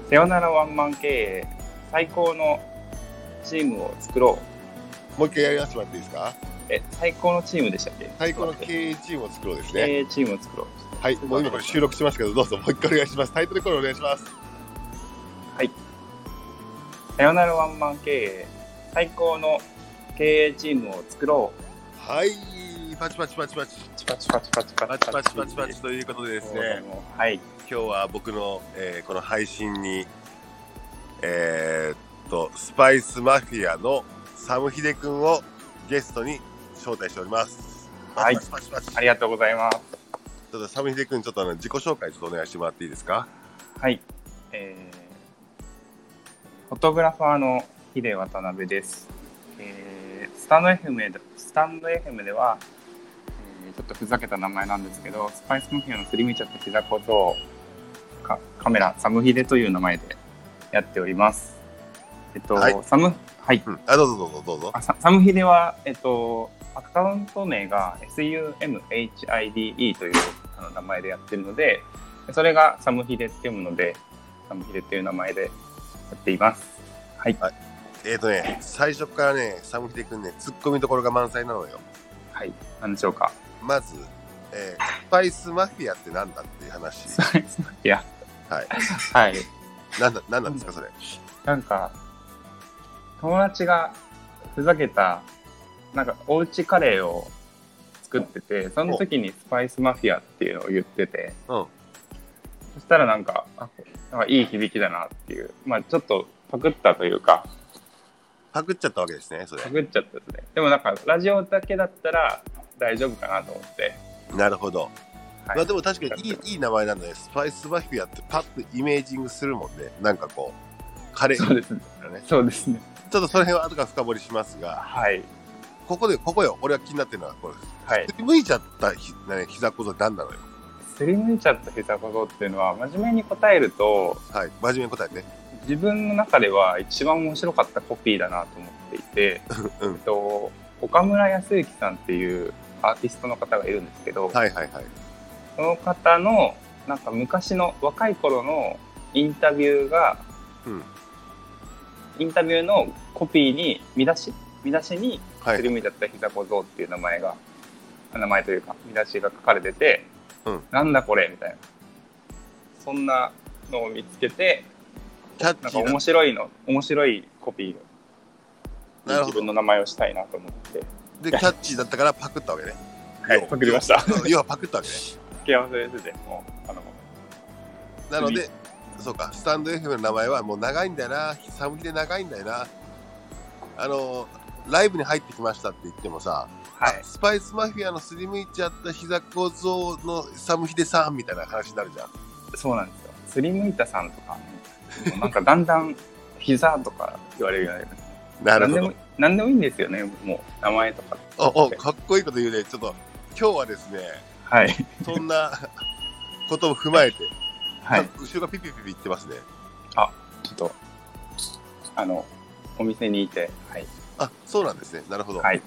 さよならワンマン経営、最高のチームを作ろもう一回やり直してもらっていいですか？ 最高のチームでしたっけ？ 最高の経営チームを作ろうですね。 経営チームを作ろう。 はい、もう今これ収録してますけど、どうぞもう一回お願いします。タイトルコールお願いします。 はい。さよならワンマン経営、最高の経営チームを作ろう。はい、パチパチパチパチ。 パチパチパチパチパチパチパチパチということでですね。 はい。 今日は僕の、この配信に、スパイスマフィアのサムヒデ君をゲストに招待しております。 はい。ありがとうございます。 ちょっとサムヒデ君、ちょっと自己紹介ちょっとお願いしてもらっていいですか？ はい。フォトグラファーのヒデ渡辺です。スタンド FM では、ちょっとふざけた名前なんですけど、スパイスマフィアのすりむいちゃった膝小僧カメラサムヒデという名前でやっております。はい、はい、 どうぞ。 サムヒデはアカウント名が SUMHIDE という名前でやってるので、それがサムヒデって読むので、サムヒデっていう名前でやっています。はい。 最初からね、サムヒデくんね、ツッコミどころが満載なのよ。 はい。何でしょうか。 まず、スパイスマフィアってなんだっていう話。 スパイスマフィア。 はい。 はい。 なんですか、それ。 なんか、友達がふざけた、なんかおうちカレーを作ってて、その時にスパイスマフィアっていうのを言ってて、そしたらなんかいい響きだなっていう、まあちょっとパクったというか、 パクっちゃったわけですね、それ。 パクっちゃったですね。でもなんかラジオだけだったら大丈夫かなと思って。 なるほど。はい、まあでも確かにいい名前なんだね。スパイスマフィアってパッとイメージングするもんね。なんかこう、カレー、 そうですね。そうですね。 ちょっとその辺は後から深掘りしますが、 はい。 ここよ、俺が気になってるのはこれです。 はい。 すりむいちゃった膝小僧って何なのよ。 すりむいちゃった膝小僧っていうのは、真面目に答えると、 はい、真面目に答えてね。 自分の中では一番面白かったコピーだなと思っていて、岡村康之さんっていうアーティストの方がいるんですけど、その方のなんか昔の若い頃のインタビューが、インタビューのコピーに見出しにすりむいちゃった膝小僧っていう名前というか見出しが書かれてて、なんだこれみたいな、そんなのを見つけて、なんか面白いコピーの自分の名前をしたいなと思って、 でキャッチーだったからパクったわけね。 はい、パクりました。 要はパクったわけね。 付け合わせでもうなので、そうか、スタンド FM の名前はもう長いんだよな、サムヒデ長いんだよな。ライブに入ってきましたって言ってもさ、スパイスマフィアのすりむいちゃった膝小僧のサムヒデさんみたいな話になるじゃん。 そうなんですよ。すりむいたさんとか、なんかだんだん膝とか言われるようになります。 なるほど。 何でもいいんですよね、もう名前とか。 かっこいいこと言うね。ちょっと今日はですね、 はい、 そんなことを踏まえて、 はい、 後ろがピピピピ言ってますね。 ちょっとお店にいて、はい。 そうなんですね。なるほど。 はい。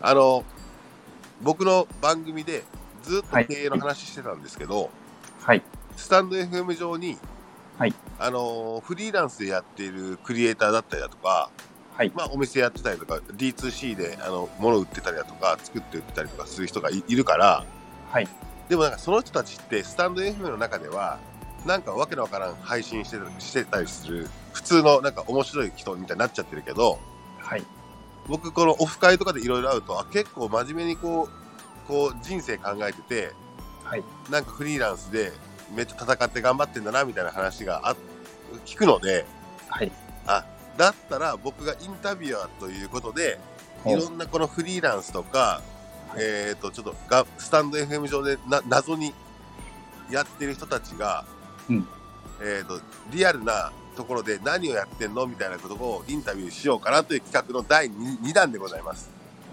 僕の番組でずっと経営の話してたんですけど、 はい、 スタンド FM 上に、 はい、 フリーランスでやっているクリエイターだったりだとか、 はい、 まあお店やってたりとか D2C で物売ってたりだとか作って売ってたりとかする人が いるから、 はい、 でもなんかその人たちってスタンド FM の中ではなんかわけのわからん配信してたりする普通のなんか面白い人みたいになっちゃってるけど、 はい、 僕このオフ会とかでいろいろ会うと結構真面目にこう人生考えてて、 はい、 なんかフリーランスでめっちゃ戦って頑張ってんだなみたいな話が聞くので、 はい、 だったら僕がインタビュアーということでいろんなこのフリーランスとか、ちょっとスタンド FM 上で謎にやってる人たちが、リアルなところで何をやってんのみたいなことをインタビューしようかなという企画の第 2弾でございます。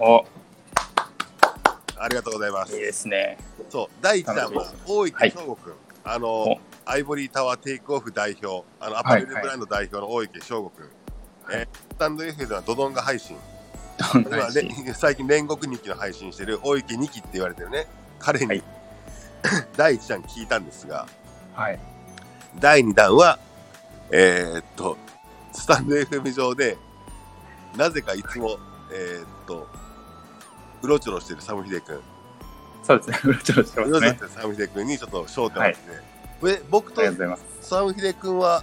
ありがとうございます。 いいですね。 そう、第1弾は大池翔吾くん、アイボリータワーテイクオフ代表、アパレルブランド代表の大池翔吾くん、スタンド FM ではドドンが配信、最近煉獄日記の配信してる大池2期って言われてるね、彼に、第1弾聞いたんですが、第2弾はスタンド FM 上で、なぜかいつも、うろちょろしてるサムヒデ君。 そうですね、うろちょろしてますね。うろちょろしてるサムヒデ君にちょっと焦点を当てて、僕とサムヒデ君は、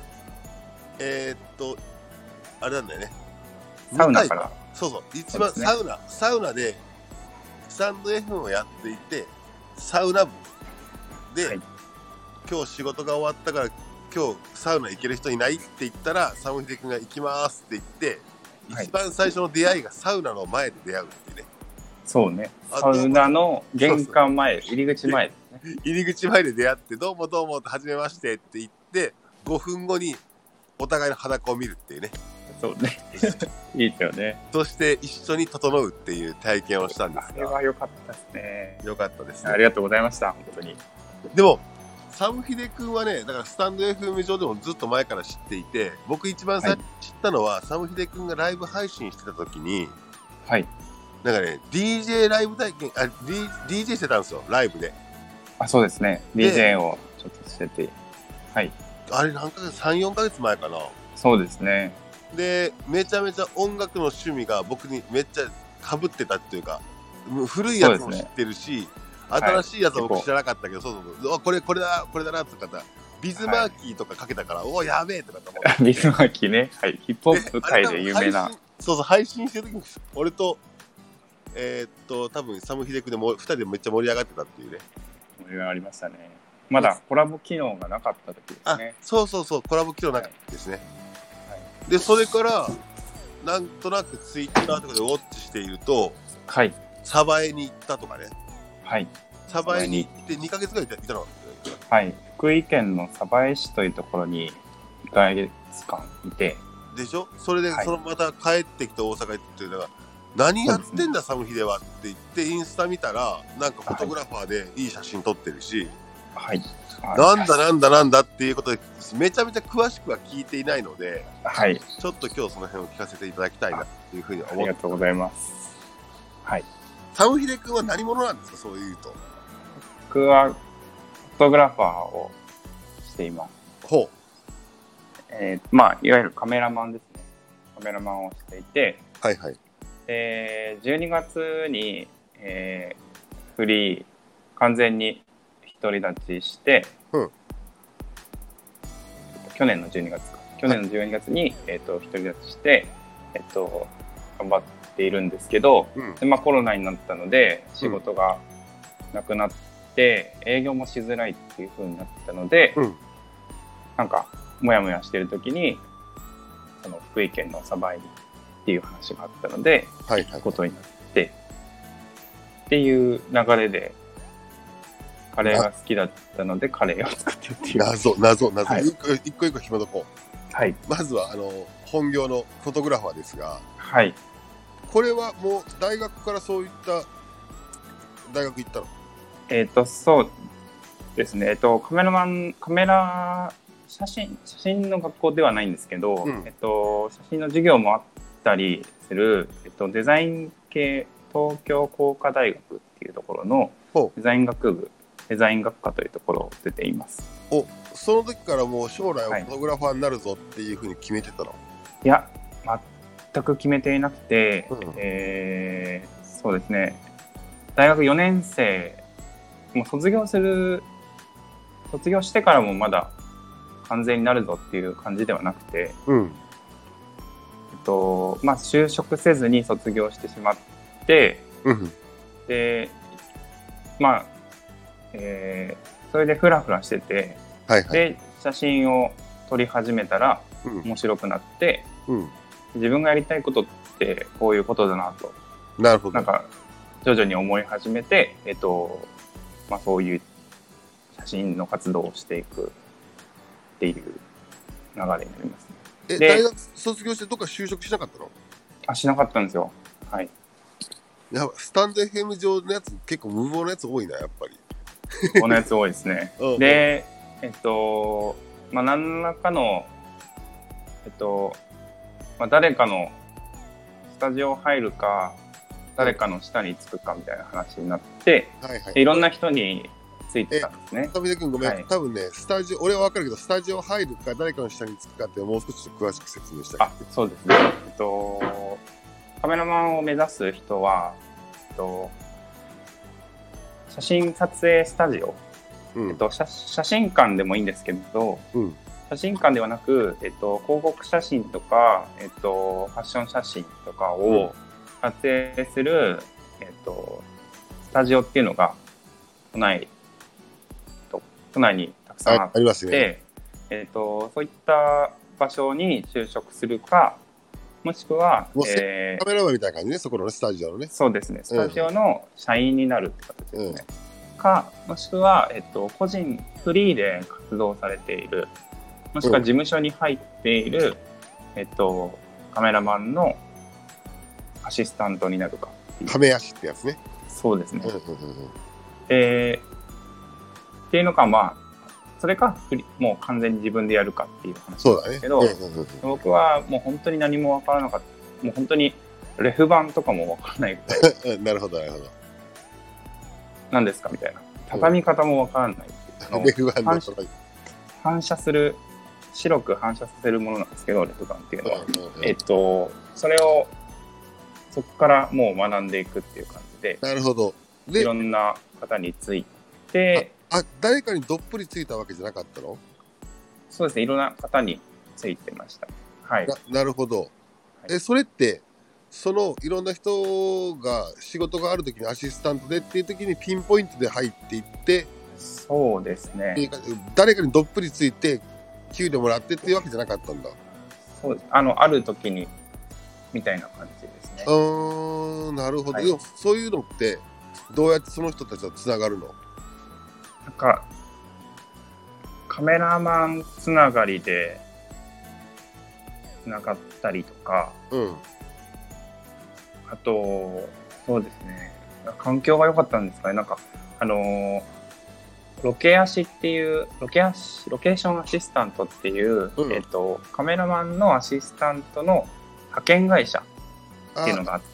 あれなんだよね。 サウナから。 そうそう、一番、ね、サウナで、スタンド FM をやっていて、サウナ部で、はい、今日仕事が終わったから、今日サウナ行ける人いないって言ったら、サムヒデ君が行きますって言って、一番最初の出会いがサウナの前で出会うってね。 そうね。サウナの玄関前、入り口前ですね。 入り口前で出会って、どうもどうも、はじめましてって言って、5分後にお互いの裸を見るっていうね。 そうね。いいですよね。 そして一緒に整うっていう体験をしたんですが。 あれは良かったですね。 良かったですね。 ありがとうございました。本当に。 でも、サムヒデ君はね、だからスタンド FM 上でもずっと前から知っていて、僕一番最初に知ったのは、サムヒデ君がライブ配信してた時に、 はい。 なんかね、DJ ライブ体験、DJ してたんですよ、ライブで。 あ、そうですね。DJ をちょっとしてて。はい。 あれ何ヶ月 ?3、4ヶ月前かな。 そうですね。 で、めちゃめちゃ音楽の趣味が僕にめっちゃ被ってたっていうか、古いやつも知ってるし、新しいやつは僕知らなかったけど、そうこれだなとかビズマーキーとかかけたから、おやべえとかと思って。 ビズマーキーね。はい。ヒップホップ界で有名な。 そうそう、配信してる時に、俺と、多分サムヒデ君で2人でめっちゃ盛り上がってたっていうね。 盛り上がりましたね。まだコラボ機能がなかった時ですね。 そうそうそう、コラボ機能なかったですね。はい、で、それから、なんとなくツイッターとかでウォッチしていると、 はい。 鯖江に行ったとかね。 はい。 鯖江に行って2ヶ月ぐらいいたの。 はい。福井県の鯖江市というところに2ヶ月間いて。 でしょ？それで、そのまた帰ってきて大阪行って、だから、何やってんだ、サムヒデはって言って、インスタ見たら、なんかフォトグラファーでいい写真撮ってるし、 はい。 なんだっていうことで、めちゃめちゃ詳しくは聞いていないので、 はい。 ちょっと今日その辺を聞かせていただきたいなというふうに思って。 ありがとうございます。はい。 サムヒデ君は何者なんですか、そういうと。 僕はフォトグラファーをしています。 ほう。 まあ、いわゆるカメラマンですね。カメラマンをしていて、 はいはい。 12月に、フリー、完全に独り立ちして、去年の12月か。去年の12月に、独り立ちして、頑張っているんですけど、でコロナになったので、仕事がなくなって、営業もしづらいっていう風になったので、なんか、もやもやしてる時に、その福井県の鯖江にっていう話があったので、行くことになって、っていう流れで、カレーが好きだったので、カレーを作ってるっていう。 謎。 はい、 一個一個紐解こう。 はい。 まずは、本業のフォトグラファーですが、 はい。 これはもう、大学からそういった大学行ったの？そうですね。写真の学校ではないんですけど、写真の授業もあったりする、デザイン系、東京工科大学っていうところのデザイン学部、デザイン学科というところを出ています。 その時からもう将来はフォトグラファーになるぞっていうふうに決めてたの？ いや、全く決めていなくて、そうですね、大学4年生、もう卒業してからもまだ完全になるぞっていう感じではなくて、就職せずに卒業してしまって、で、それでフラフラしてて、で、写真を撮り始めたら面白くなって、自分がやりたいことってこういうことだなと、なんか徐々に思い始めて、そういう写真の活動をしていくっていう流れになりますね。 大学卒業してどっか就職しなかったの？ しなかったんですよ。はい。 スタンド FM 上のやつ結構無謀なやつ多いな、やっぱり。 このやつ多いですね。で、何らかの、誰かのスタジオ入るか、誰かの下につくかみたいな話になって、いろんな人についてたんですね。 富田君ごめん、はい、多分ね、スタジオ、俺は分かるけど、スタジオ入るか誰かの下につくかってもう少し詳しく説明したい。 そうですね。カメラマンを目指す人は、写真撮影スタジオ、写真館でもいいんですけど、写真館ではなく、広告写真とか、ファッション写真とかを撮影する、スタジオっていうのが都内にたくさんあって、 ありますね。 そういった場所に就職するか、もしくは、 カメラマンみたいな感じね、そこの、ね、スタジオのね。 そうですね、スタジオの社員になるって形ですね。か、もしくは、個人フリーで活動されている、もしくは事務所に入っている、カメラマンのアシスタントになるかっていう。 カメアシってやつね。 そうですね。っていうのか、まあ、それかもう完全に自分でやるかっていう話なんですけど、僕はもう本当に何も分からなかった。もう本当にレフ板とかも分からないぐらい。 なるほど、なるほど。 何ですかみたいな。畳み方も分からないっていう。反射する、白く反射させるものなんですけど、レフ板っていうのは。それを、そこからもう学んでいくっていう感じで、 なるほど。 で、いろんな方について、 誰かにどっぷりついたわけじゃなかったの？ そうですね、いろんな方についてました。はい。 なるほど。それって、いろんな人が仕事があるときにアシスタントでっていうときにピンポイントで入っていって、 そうですね。 誰かにどっぷりついて、給料もらってっていうわけじゃなかったんだ。 そうです。あるときに、みたいな感じですね。 なるほど。そういうのって、どうやってその人たちとつながるの？ なんか、カメラマンつながりでつながったりとか、あと、そうですね、環境が良かったんですかね。なんか、ロケーションアシスタントっていう、カメラマンのアシスタントの派遣会社っていうのがあって。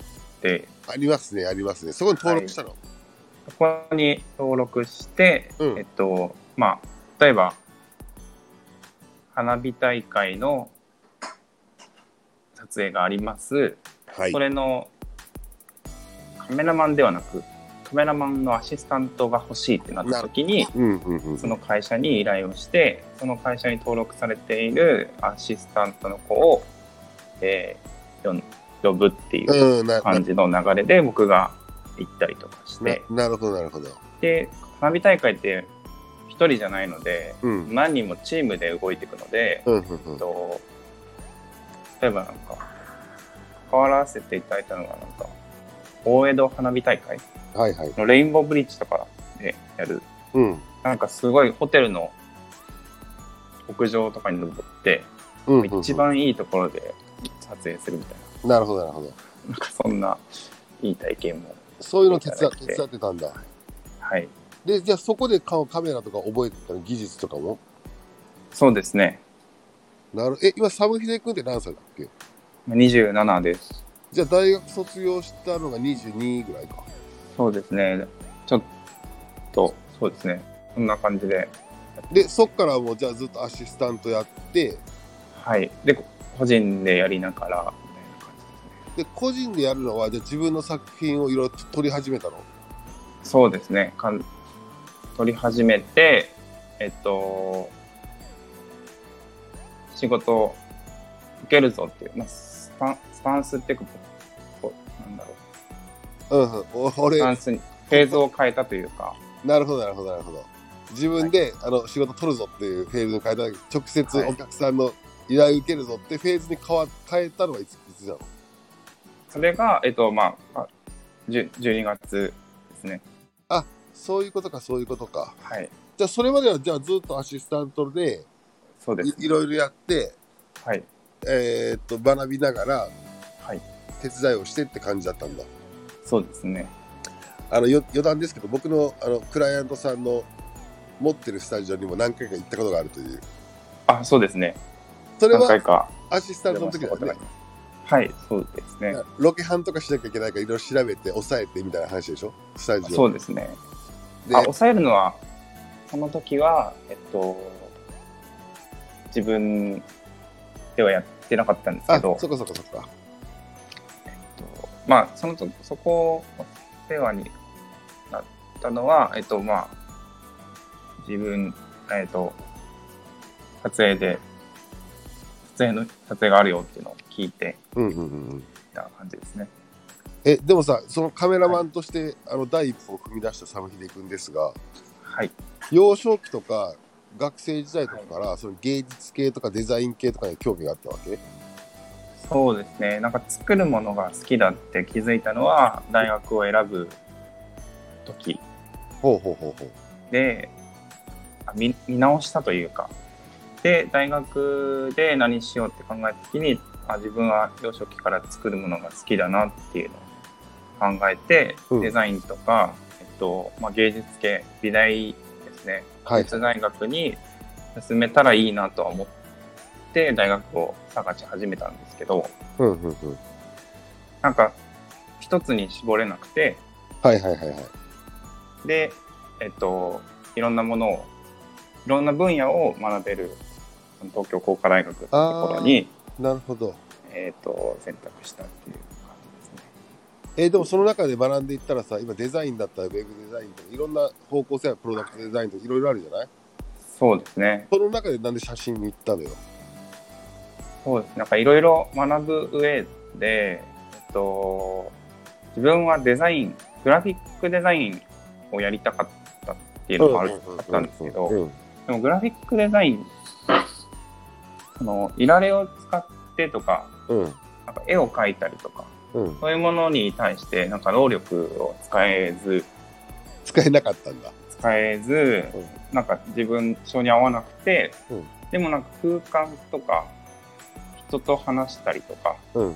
ありますね、ありますね。そこに登録したの？ そこに登録して、まあ、例えば、花火大会の撮影があります。それのカメラマンではなく、カメラマンのアシスタントが欲しいってなった時に、その会社に依頼をして、その会社に登録されているアシスタントの子を、呼ぶっていう感じの流れで僕が行ったりとかして。 なるほど、なるほど。 で、花火大会って一人じゃないので、何人もチームで動いていくので、例えばなんか、関わらせていただいたのがなんか、大江戸花火大会のレインボーブリッジとかでやる、なんかすごいホテルの屋上とかに登って、一番いいところで撮影するみたいな。 なるほど、なるほど。 なんかそんないい体験も。 そういうの手伝ってたんだ。 はい。 で、じゃあそこでカメラとか覚えてたの、技術とかも？ そうですね。 今、サムヒデ君って何歳だっけ ？27です。 じゃあ大学卒業したのが22ぐらいか。 そうですね。ちょっと、そうですね。そんな感じで。 で、そっからもうじゃあずっとアシスタントやって、 はい。で、個人でやりながら、みたいな感じですね。で、個人でやるのは、じゃあ自分の作品をいろいろ撮り始めたの？ そうですね。撮り始めて、仕事を受けるぞっていう、スタンスっていうか、なんだろう。スタンスに、フェーズを変えたというか。 なるほど、なるほど、なるほど。自分で、仕事取るぞっていうフェーズに変えた、直接お客さんの依頼を受けるぞってフェーズに変えたのはいつなの？ それが、12月ですね。 あ、そういうことか、そういうことか。 はい。 じゃあ、それまでは、じゃあずっとアシスタントで、 そうです、ね。 いろいろやって、 はい。 学びながら、 はい。 手伝いをしてって感じだったんだ。 そうですね。 余談ですけど、僕の、クライアントさんの持ってるスタジオにも何回か行ったことがあるという。 あ、そうですね。 それは、 何回かアシスタントの時だよね。 はい、そうですね。 ロケハンとかしなきゃいけないから、いろいろ調べて、抑えてみたいな話でしょ、スタジオ。 そうですね。抑えるのはその時は、自分ではやってなかったんですけど、 そっか。 まあ、そこお世話になったのは、まあ、自分、撮影があるよっていうのを聞いて、た感じですね。 でもさ、そのカメラマンとして、第一歩を踏み出したサムヒデ君ですが、 はい。 幼少期とか学生時代とかから、その芸術系とかデザイン系とかに興味があったわけ？ そうですね。なんか作るものが好きだって気づいたのは大学を選ぶ時で、見直したというか、で大学で何しようって考えた時に、自分は幼少期から作るものが好きだなっていうのを考えて、デザインとか、まあ、芸術系美大ですね、美術大学に進めたらいいなとは思って大学を探し始めたんですけど、なんか一つに絞れなくて、で、いろんなものを、いろんな分野を学べる東京工科大学ってところに、 なるほど。 選択したっていう感じですね。 でもその中で学んでいったらさ、今デザインだったらウェブデザインとかいろんな方向性やプロダクトデザインとかいろいろあるじゃない？ そうですね。 その中でなんで写真に行ったのよ？ そうです。なんかいろいろ学ぶ上で、自分はデザイン、グラフィックデザインをやりたかったっていうのもあったんですけど、でもグラフィックデザイン、いられを使ってとか、なんか絵を描いたりとか、そういうものに対してなんか労力を使えなかったんだ。 なんか自分性に合わなくて、でもなんか空間とか人と話したりとか、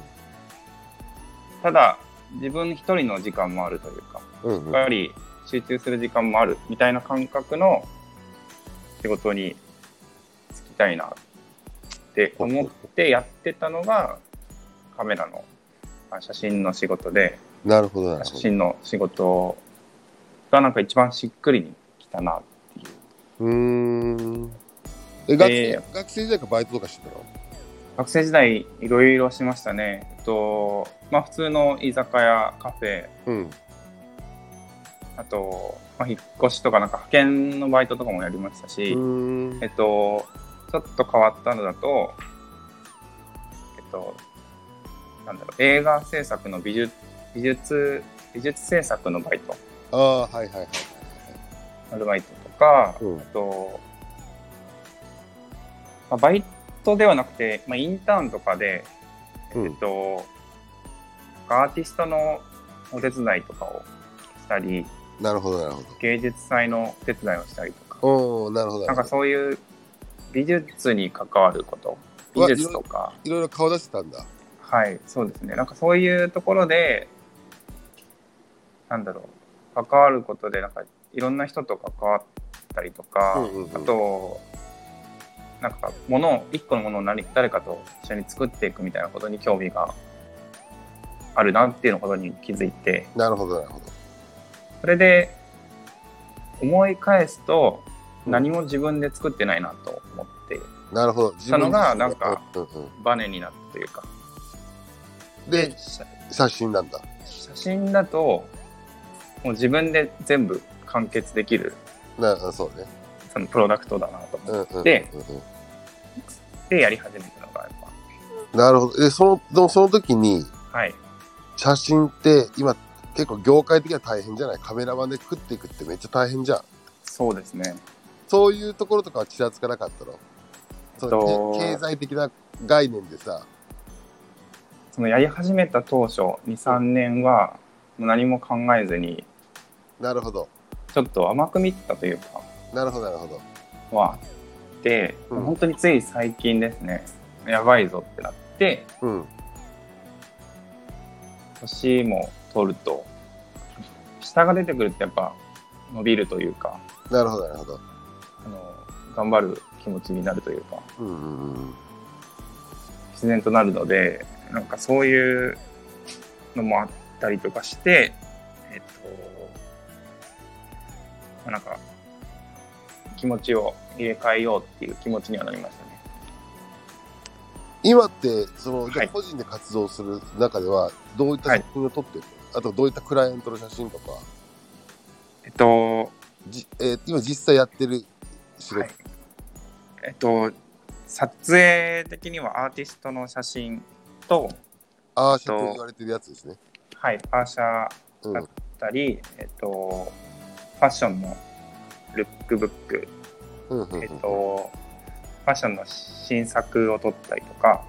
ただ自分一人の時間もあるというか、やっぱり集中する時間もあるみたいな感覚の仕事に就きたいなって思ってやってたのがカメラの写真の仕事で、 なるほど。 写真の仕事がなんか一番しっくりにきたなっていう。 学生時代からバイトとかしてたの？ 学生時代いろいろしましたね。まあ普通の居酒屋、カフェ、あと、まあ、引っ越しとかなんか派遣のバイトとかもやりましたし、ちょっと変わったのだと、なんだろう、映画制作の美術制作のバイト。アルバイトとか、まあ、バイトではなくて、まあ、インターンとかで、アーティストのお手伝いとかをしたり、芸術祭のお手伝いをしたりとか、なんかそういう美術に関わること、美術とかいろいろ顔出してたんだ。 はい、そうですね。なんかそういうところで、なんだろう、関わることでなんかいろんな人と関わったりとか、あとなんか一個のものを誰かと一緒に作っていくみたいなことに興味があるなっていうことに気づいて、 なるほど。 それで思い返すと何も自分で作ってないなと思って、 なるほど。 そのがなんかバネになったというか。 で、写真なんだ。 写真だともう自分で全部完結できる。 そうね。 そのプロダクトだなと思って、でやり始めたのがやっぱ。 なるほど。でその時に、写真って今結構業界的には大変じゃない？カメラマンで食っていくってめっちゃ大変じゃん。 そうですね。 そういうところとかはちらつかなかったの？経済的な概念でさ。 そのやり始めた当初 2,3 年は何も考えずに、 なるほど。 ちょっと甘く見てたというか。 なるほど。 で、本当につい最近ですね、やばいぞってなって、年も取ると下が出てくるってやっぱ伸びるというか、 なるほど。 頑張る気持ちになるというか、自然となるので、なんかそういうのもあったりとかして、なんか気持ちを入れ替えようっていう気持ちにはなりましたね。 今って個人で活動する中ではどういった写真を撮ってるの？あとどういったクライアントの写真とか。今実際やってる仕事。 撮影的にはアーティストの写真と、 アーシャと言われてるやつですね。 はい、アーシャだったり、ファッションのルックブック、ファッションの新作を撮ったりとか、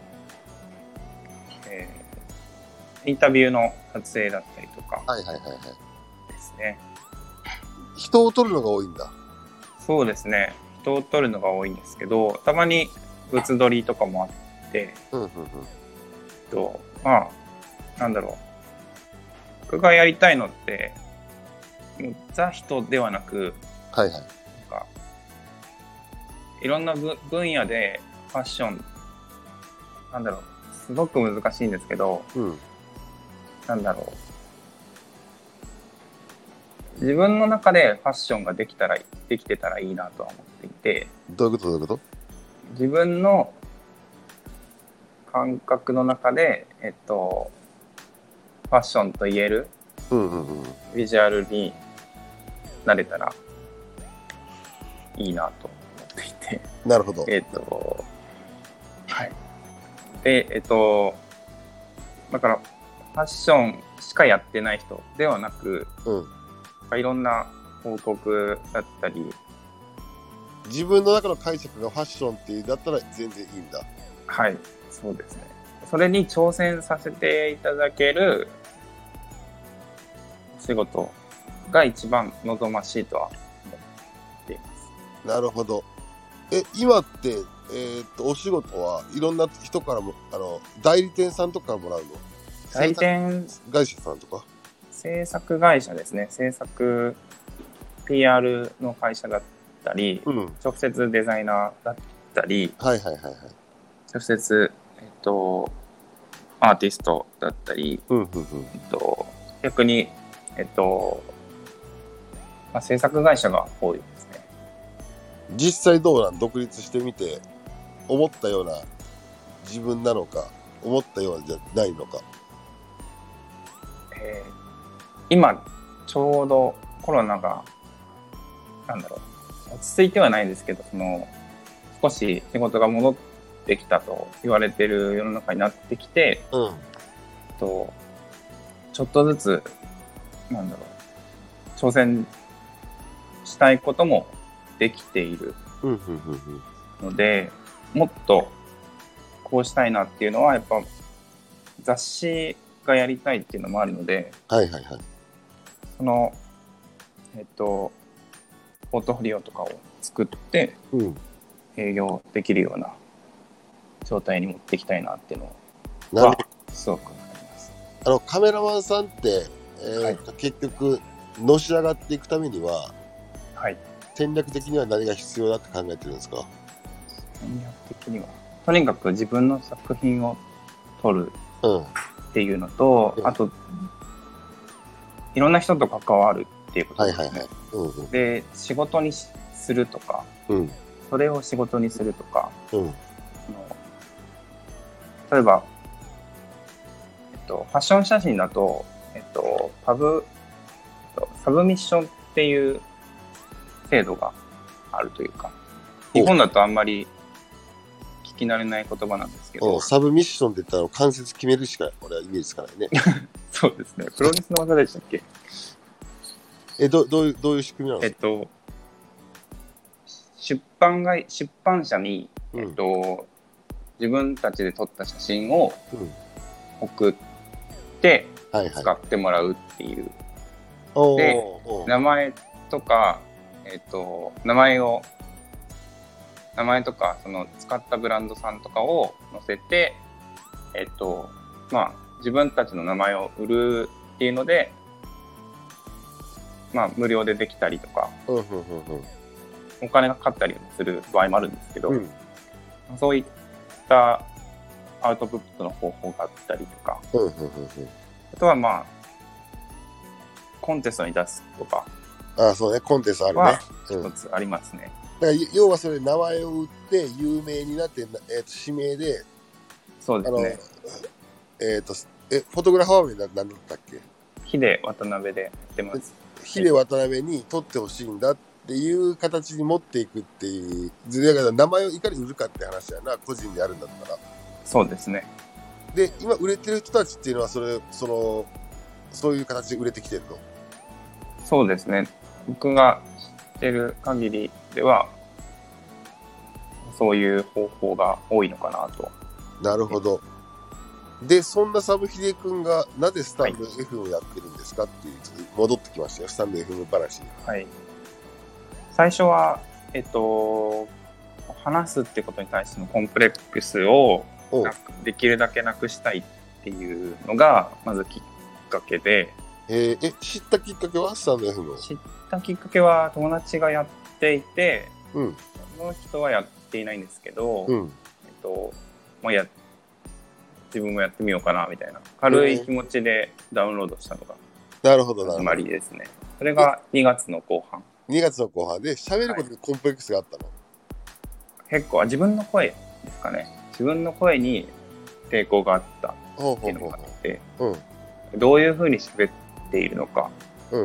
インタビューの撮影だったりとかですね。 人を撮るのが多いんだ。 そうですね。人を撮るのが多いんですけど、たまに物撮りとかもあって、まあなんだろう。僕がやりたいのってザ人ではなく、なんかいろんな分野でファッション、なんだろう、すごく難しいんですけど、なんだろう、自分の中でファッションができてたらいいなとは思っていて。 どういうこと？ 自分の感覚の中で、ファッションと言えるビジュアルになれたらいいなと思っていて。 なるほど。 はい。で、だからファッションしかやってない人ではなく、いろんな報告だったり、 自分の中の解釈がファッションってだったら全然いいんだ。 はい、そうですね。それに挑戦させていただけるお仕事が一番望ましいとは思っています。 なるほど。今って、お仕事はいろんな人からも、代理店さんとかからもらうの？ 代理店会社さんとか？ 制作会社ですね。制作 PR の会社だったり、直接デザイナーだったり、直接、アーティストだったり、逆に、制作会社が多いですね。 実際どうなん？独立してみて思ったような自分なのか、思ったようじゃないのか。 今ちょうどコロナが落ち着いてはないですけど、少し仕事が戻ってきたと言われてる世の中になってきて、ちょっとずつ挑戦したいこともできているので、もっとこうしたいなっていうのはやっぱ雑誌がやりたいっていうのもあるので、ポートフォリオとかを作って営業できるような状態に持っていきたいなっていうのはすごくあります。 カメラマンさんって、結局のし上がっていくためには、戦略的には何が必要だって考えてるんですか？ 戦略的にはとにかく自分の作品を撮るっていうのと、あといろんな人と関わるっていうことですね。で、仕事にするとか、それを仕事にするとか、例えば、ファッション写真だと、サブミッションっていう制度があるというか、日本だとあんまり聞き慣れない言葉なんですけど、 サブミッションって言ったら関節決めるしか俺はイメージつかないね。 そうですね。プロレスの技でしたっけ？ どういう仕組みなの？ 出版社に、自分たちで撮った写真を送って使ってもらうっていう。で、名前とか、名前とかその使ったブランドさんとかを載せて、自分たちの名前を売るっていうので、無料でできたりとか、お金がかかったりもする場合もあるんですけど、そういったアウトプットの方法があったりとか、あとはコンテストに出すとか、 ああ、そうね、コンテンツあるね。 一つありますね。 だから要はそれ、名前を売って有名になって、指名で、 そうですね。 フォトグラファー名何だったっけ？ ヒデ渡辺でやってます。 ヒデ渡辺に撮ってほしいんだっていう形に持っていくっていう、だから名前をいかに売るかって話やな、個人でやるんだったら。 そうですね。 で、今売れてる人たちっていうのは、そういう形で売れてきてるの？ そうですね。僕が知ってる限りでは、そういう方法が多いのかなと。 なるほど。で、そんなサムヒデ君がなぜスタンド FM をやってるんですかっていう、戻ってきましたよ、スタンド FM 話に。 はい。最初は、話すってことに対してのコンプレックスをできるだけなくしたいっていうのが、まずきっかけで。 知ったきっかけはスタンド FM を？知ったきっかけは友達がやっていて、 うん、 その人はやっていないんですけど、 うん、 もう自分もやってみようかなみたいな軽い気持ちでダウンロードしたのが始まりですね。それが2月の後半。 2月の後半で喋ることにコンプレックスがあったの？ 結構自分の声ですかね。自分の声に抵抗があったっていうのがあって、どういうふうに喋っているのか、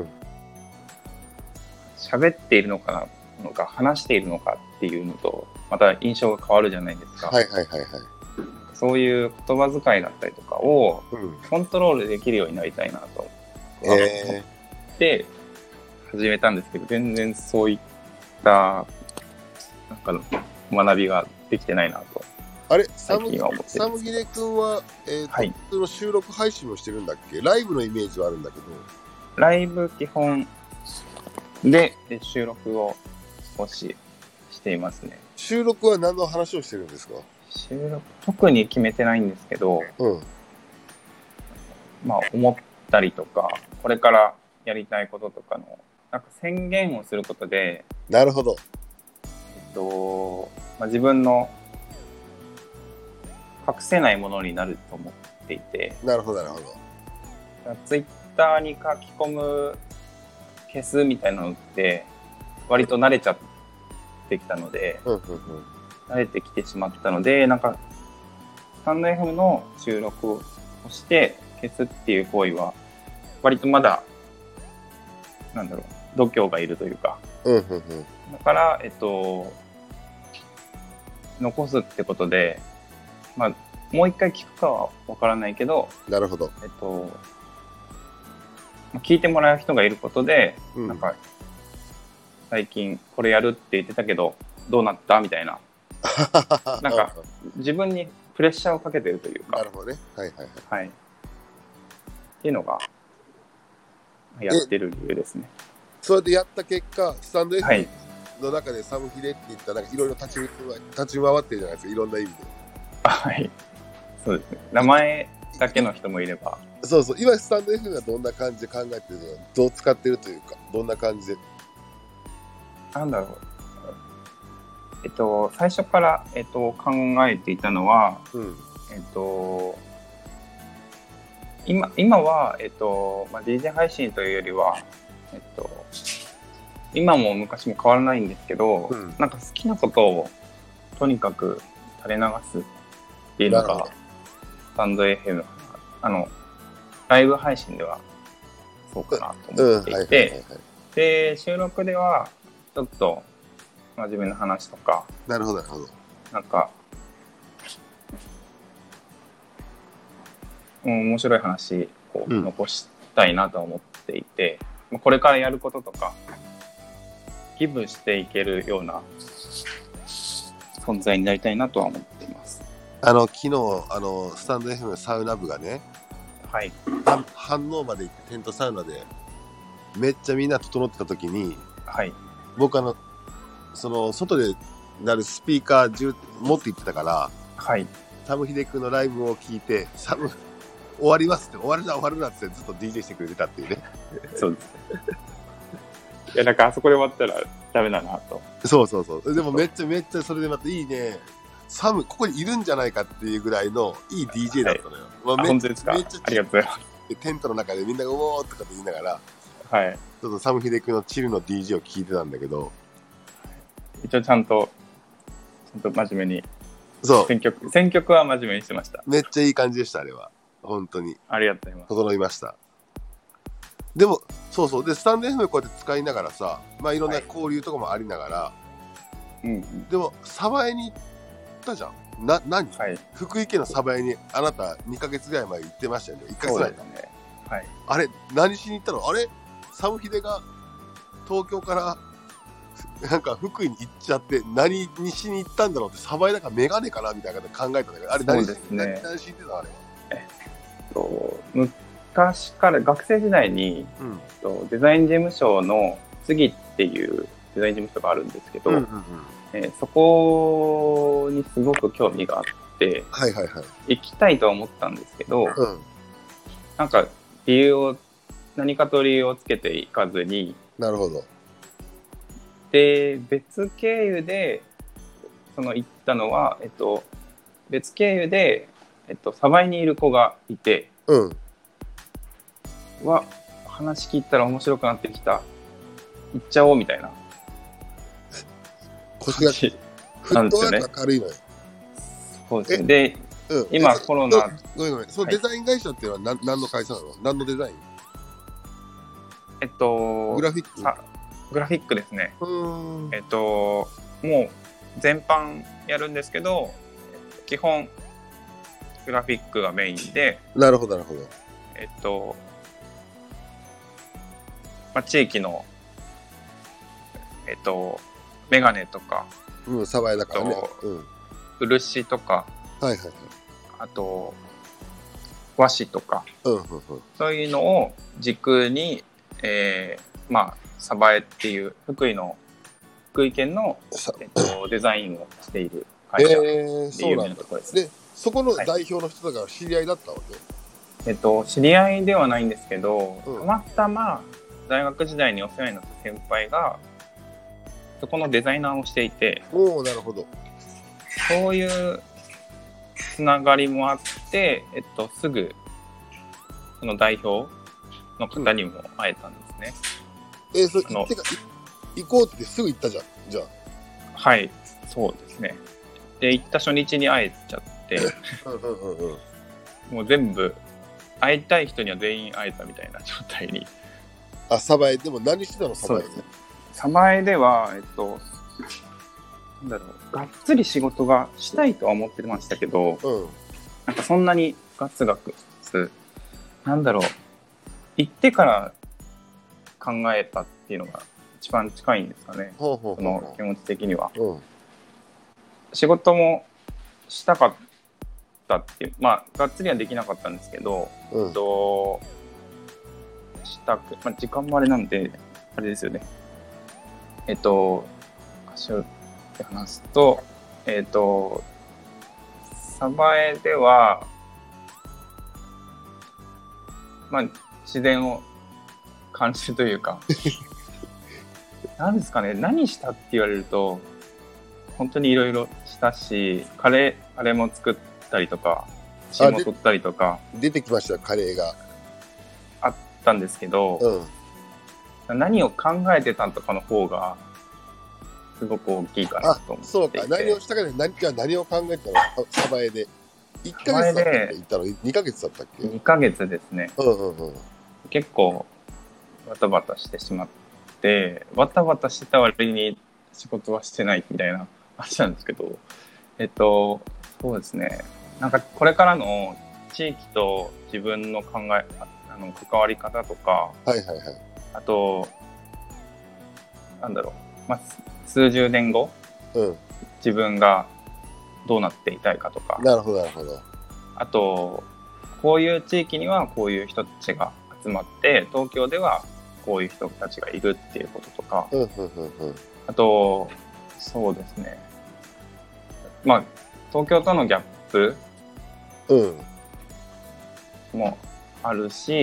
喋っているのか話しているのかっていうのとまた印象が変わるじゃないですか。そういう言葉遣いだったりとかをコントロールできるようになりたいなと思って始めたんですけど、全然そういったなんかの学びができてないなと。 あれ、サムギレ君は、その収録配信もしてるんだっけ？ライブのイメージはあるんだけど。 ライブ基本で収録を少ししていますね。 収録は何の話をしてるんですか？ 収録特に決めてないんですけど、まあ思ったりとかこれからやりたいこととかのなんか宣言をすることで、 なるほど。 自分の隠せないものになると思っていて。 なるほどなるほど。 ツイッターに書き込む消すみたいなのって割と慣れちゃってきたので、慣れてきてしまったので、なんかスタンド FM の収録をして消すっていう行為は割とまだ度胸がいるというか、だから残すってことで、まあもう一回聞くかはわからないけど、 なるほど。 聞いてもらう人がいることで、なんか最近これやるって言ってたけどどうなったみたいななんか自分にプレッシャーをかけてるというか。 なるほどね。はい。 っていうのがやってる理由ですね。 それでやった結果、スタンド FM の中でサムヒデって言ったらいろいろ立ち回ってるじゃないですか、いろんな意味で。 はい。そうですね。名前だけの人もいれば。 そうそう。今スタンド FM はどんな感じで考えてるの？どう使ってるというか、どんな感じで？ なんだろう。最初から、考えていたのは、今は、DJ 配信というよりは、今も昔も変わらないんですけど、なんか好きなことをとにかく垂れ流すっていうのがスタンド FM ライブ配信ではそうかなと思っていて、で収録ではちょっと真面目な話とか、 なるほどなるほど、 なんか面白い話を残したいなと思っていて、これからやることとかギブしていけるような存在になりたいなとは思っています。 昨日スタンド FM サウナ部がね、飯能まで行ってテントサウナでめっちゃみんな整ってた時に、僕その外でなるスピーカー持って行ってたから、サムヒデ君のライブを聞いて、終わりますって、終わるなってずっと DJ してくれてたっていうね。 そうですね。いや、なんかあそこで終わったらダメだなと。 そう。でもめっちゃそれでまたいいね。ここにいるんじゃないかっていうぐらいのいい DJ だったのよ。 本当ですか？ありがとうございます。 テントの中でみんながうおーとかって言いながら、 はい。 ちょっとサムヒデ君のチルの DJ を聞いてたんだけど、 一応ちゃんと真面目に。 そう。 選曲は真面目にしてました。 めっちゃいい感じでした、あれは。本当に。 ありがとうございます。 整いました。でも、そうそう。で、スタンド FM こうやって使いながらさ、まあいろんな交流とかもありながら、はい、でも、鯖江に行ったじゃん。何、はい、福井県の鯖江にあなた2ヶ月ぐらい前行ってましたよね。1ヶ月ぐらいだね。はい。あれ、何しに行ったの？あれ、サムヒデが東京からなんか福井に行っちゃって何にしに行ったんだろうって、鯖江だからメガネかなみたいなこと考えたんだけど、あれ何しに行ってた？あれは。昔から学生時代に、デザイン事務所の次っていうデザイン事務所があるんですけど、そこにすごく興味があって、はいはいはい、行きたいとは思ったんですけど、なんか何かと理由をつけていかずに、 なるほど。 で、別経由で行ったのは、別経由で鯖江にいる子がいて、話聞いたら面白くなってきた、行っちゃおうみたいな腰がフットワークが軽いのよ。 そうですね。で、今コロナ。 ごめん。そのデザイン会社っていうのは何の会社なの？何のデザイン？グラフィック？ グラフィックですね。もう全般やるんですけど、基本グラフィックがメインで。 なるほどなるほど。地域のメガネとか、 鯖江だからね、 漆とか、 はいはいはい、 あと和紙とか、そういうのを軸に、鯖江っていう福井県の、デザインをしている会社っていうようなところです。 で、そこの代表の人だから知り合いだったわけ？知り合いではないんですけど、たまたま大学時代にお世話になった先輩がそこのデザイナーをしていて、 なるほど。 そういうつながりもあって、すぐその代表の方にも会えたんですね。 それ行こうってすぐ行ったじゃん。じゃあ。 はい、そうですね。で、行った初日に会えちゃって、もう全部会いたい人には全員会えたみたいな状態に。 鯖江でも何してたの？鯖江で。 鯖江では、がっつり仕事がしたいとは思ってましたけど、なんかそんなにガツガツ、行ってから考えたっていうのが一番近いんですかね。その気持ち的には。仕事もしたかったっていう、がっつりはできなかったんですけど、時間もあれなんで、あれですよね。話すと、鯖江では、自然を感じるというか、何ですかね、何したって言われると、本当にいろいろしたし、カレーも作ったりとか、血も取ったりとか。 出てきました、カレーが。 あったんですけど、何を考えてたんとかの方が、すごく大きいかなと思っていて。 そうか、何をしたかね、何を考えてたの？鯖江で。1ヶ月だったっけ？行ったの2ヶ月だったっけ ？2ヶ月ですね。結構バタバタしてしまって、バタバタしてた割に仕事はしてないみたいな話なんですけど、そうですね。なんかこれからの地域と自分の関わり方とか、あと数十年後、自分がどうなっていたいかとか、 なるほどなるほど。 あとこういう地域にはこういう人たちが集まって、東京ではこういう人たちがいるっていうこととか、あとそうですね、東京とのギャップもあるし、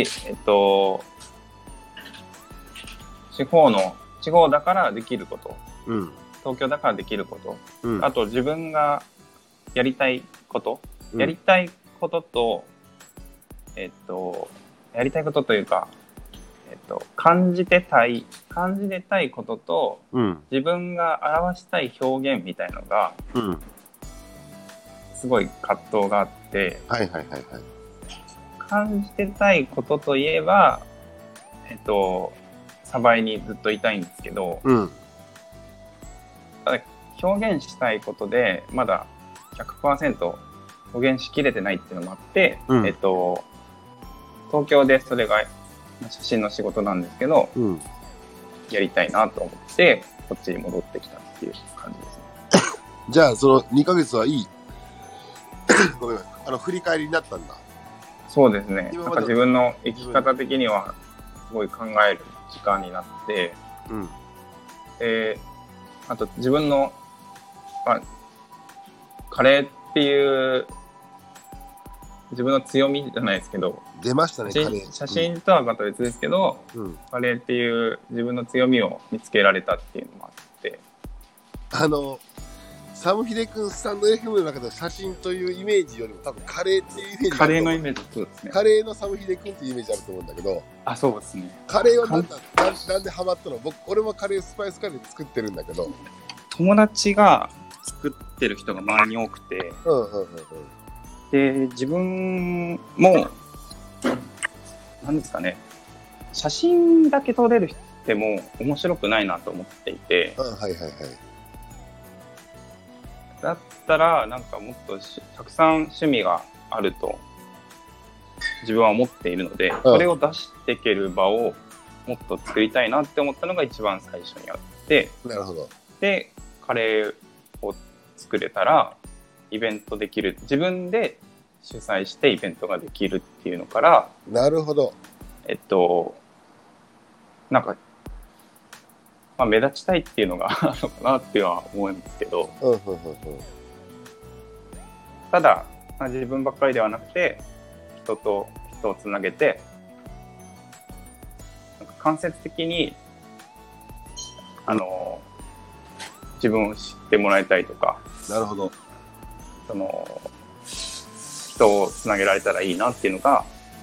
地方だからできること、東京だからできること、あと自分がやりたいこと、やりたいことというか、 感じてたいことと、自分が表したい表現みたいのが、すごい葛藤があって、感じてたいことといえば、サバイにずっといたいんですけど、ただ表現したいことでまだ 100% 表現しきれてないっていうのもあって、東京でそれが写真の仕事なんですけど、やりたいなと思ってこっちに戻ってきたっていう感じですね。 じゃあその2ヶ月はいいごめん振り返りになったんだ。 そうですね。なんか自分の生き方的にはすごい考える時間になって、あと自分の、カレーっていう自分の強みじゃないですけど、 出ましたね、カレー。 写真とはまた別ですけど、カレーっていう自分の強みを見つけられたっていうのもあって、 サムヒデ君スタンド FM の中で写真というイメージよりも多分カレーっていうイメージ、 カレーのイメージ、そうですね。 カレーのサムヒデ君っていうイメージあると思うんだけど、 そうですね。 カレーはなんでハマったの？俺もカレースパイスカレー作ってるんだけど、 友達が作ってる人が周りに多くて、で自分も何ですかね、写真だけ撮れる人も面白くないなと思っていて、だったらなんかもっとたくさん趣味があると自分は思っているので、それを出していける場をもっと作りたいなって思ったのが一番最初にあって、 なるほど。 でカレーを作れたらイベントできる、自分で主催してイベントができるっていうのから、 なるほど。 なんか、目立ちたいっていうのがあるのかなっては思うんですけど、ただ、自分ばっかりではなくて人と人をつなげて、なんか間接的に自分を知ってもらいたいとか、 なるほど。 その人をつなげられたらいいなっていうのが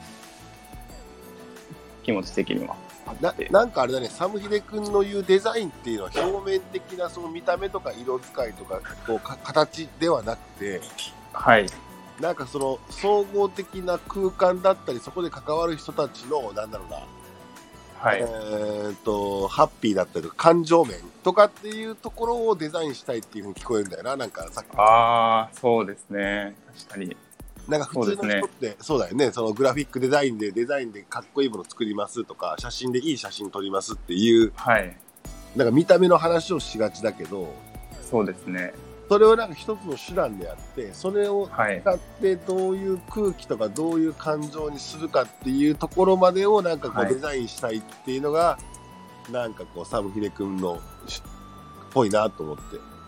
気持ち的にはあって、 なんかあれだね、サムヒデ君の言うデザインっていうのは表面的なその見た目とか色使いとかこう形ではなくて、なんかその総合的な空間だったり、そこで関わる人たちのなんだろうな、ハッピーだったりとか感情面とかっていうところをデザインしたいっていうふうに聞こえるんだよな、なんかさっき。 そうですね、確かに。 なんか普通の人ってそうだよね、そのグラフィックデザインでかっこいいもの作りますとか、写真でいい写真撮りますっていう、なんか見た目の話をしがちだけど、 そうですね。 それをなんか一つの手段であって、それを使ってどういう空気とかどういう感情にするかっていうところまでをなんかこうデザインしたいっていうのが、なんかこうサムヒデ君のっぽいなと思って。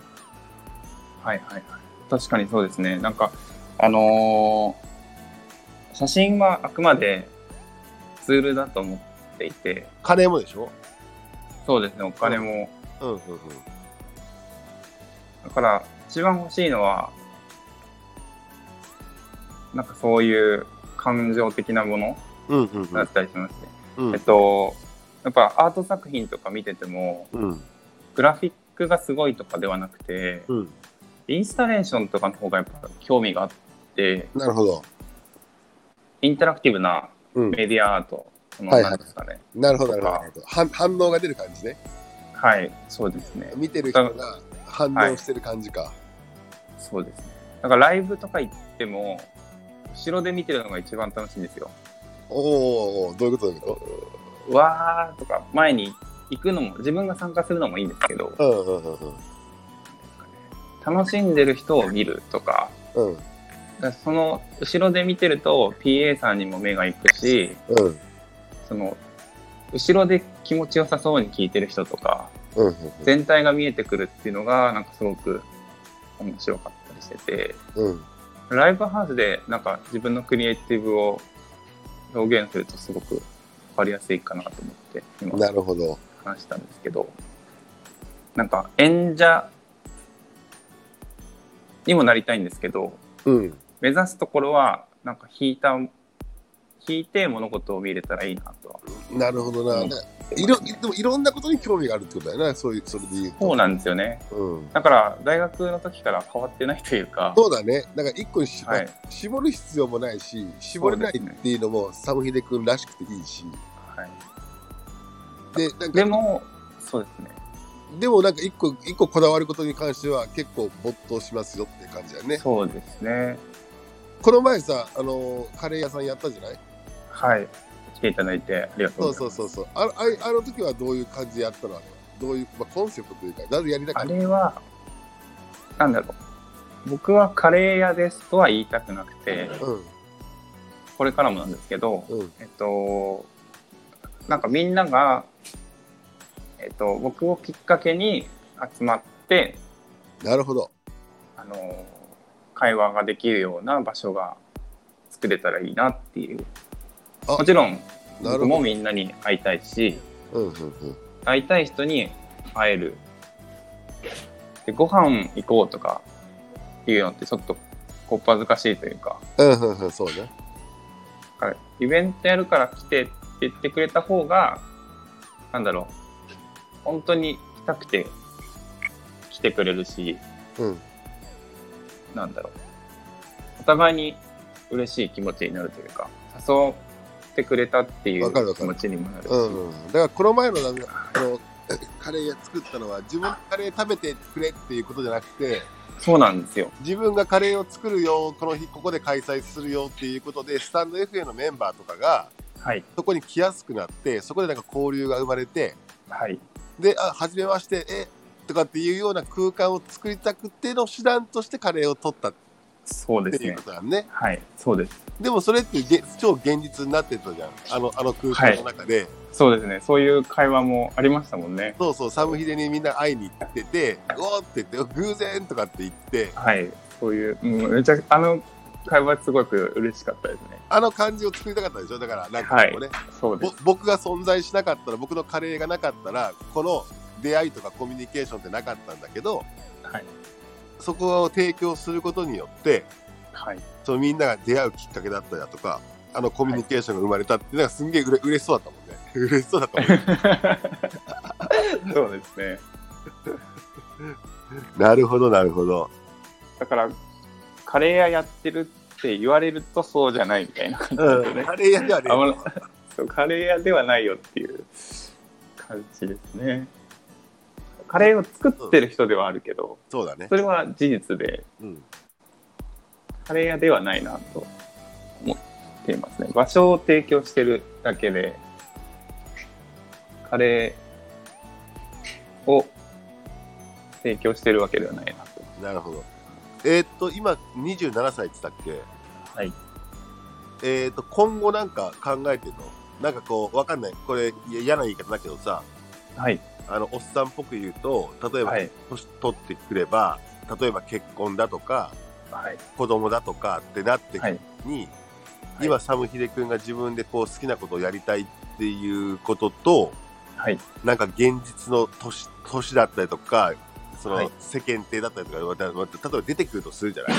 確かにそうですね。なんか写真はあくまでツールだと思っていて。 金もでしょ？ そうですね、お金も。だから一番欲しいのはなんかそういう感情的なものだったりしますね。やっぱアート作品とか見てても、グラフィックがすごいとかではなくて、インスタレーションとかの方がやっぱ興味があって。 なるほど。 インタラクティブなメディアアート、なんですかね。 なるほど、なるほど。反応が出る感じね。 そうですね。 見てる人が反応してる感じか。 そうですね。なんかライブとか行っても後ろで見てるのが一番楽しいんですよ。 どういうことだけど。 わーとか前に行くのも自分が参加するのもいいんですけど、楽しんでる人を見るとか、その後ろで見てると PA さんにも目が行くし、その後ろで気持ちよさそうに聴いてる人とか、全体が見えてくるっていうのがなんかすごく面白かったりしてて、ライブハウスでなんか自分のクリエイティブを表現するとすごく分かりやすいかなと思って今話したんですけど、なんか演者にもなりたいんですけど、目指すところはなんか弾聞いて物事を見れたらいいなとは。 なるほどな。でもいろんなことに興味があるってことだよね。それで言うと。 そうなんですよね。だから大学の時から変わってないというか。 そうだね。だから一個に絞る必要もないし、絞れないっていうのもサムヒデ君らしくていいし。はい。でもそうですね。でもなんか一個こだわることに関しては結構没頭しますよって感じだね。 そうですね。 この前さ、カレー屋さんやったじゃない？ はい。来ていただいてありがとうございます。 そう。あの時はどういう感じでやったの？どういう、コンセプトというか、誰やりたかった？ あれは、なんだろう。僕はカレー屋ですとは言いたくなくて、これからもなんですけど、なんかみんなが、僕をきっかけに集まって、 なるほど。 会話ができるような場所が作れたらいいなっていう。もちろん僕もみんなに会いたいし、会いたい人に会える。で、ご飯行こうとかいうのってちょっとこっぱずかしいというか。 そうね。 イベントやるから来てって言ってくれた方が、なんだろう、本当に来たくて来てくれるし、なんだろう、お互いに嬉しい気持ちになるというか、誘ってくれたっていう気持ちにもなるし。 だからこの前のカレー屋作ったのは自分のカレー食べてくれっていうことじゃなくて、 そうなんですよ。 自分がカレーを作るよ、この日ここで開催するよっていうことで、スタンド FA のメンバーとかが、そこに来やすくなって、そこでなんか交流が生まれて、で、はじめまして、とかっていうような空間を作りたくての手段としてカレーを取ったっていうことだね。 はい、そうです。 でもそれって超現実になってたじゃん。あの空間の中で。 そうですね。そういう会話もありましたもんね。 そうそう、サムヒデにみんな会いに行ってて、おーって言って、偶然とかって言って。 はい。そういう、めちゃ会話すごく嬉しかったですね。 あの感じを作りたかったでしょ。だからなんかこうね、 そうです。 僕が存在しなかったら、僕のカレーがなかったら、この出会いとかコミュニケーションってなかったんだけど、そこを提供することによって、そのみんなが出会うきっかけだったりだとか、コミュニケーションが生まれたっていうのがすんげえ嬉しそうだったもんね。嬉しそうだったもんね。 そうですね。 なるほど、なるほど。 だから、カレー屋やってるって言われるとそうじゃないみたいな感じですね。 カレー屋ではね。 そうカレー屋ではないよっていう感じですね。カレーを作ってる人ではあるけど、 そうだね。 それは事実で、カレー屋ではないなと思っていますね。場所を提供してるだけで、カレーを提供してるわけではないなと。 なるほど。今27歳って言ったっけ？ はい。 今後なんか考えてるの？なんかこう、わかんない。これ嫌な言い方だけどさ、 はい。 おっさんっぽく言うと、例えば、年取ってくれば、例えば結婚だとか、子供だとかってなってくるに、今、サムヒデ君が自分でこう好きなことをやりたいっていうことと、なんか現実の年だったりとか、その世間体だったりとか、例えば出てくるとするじゃない。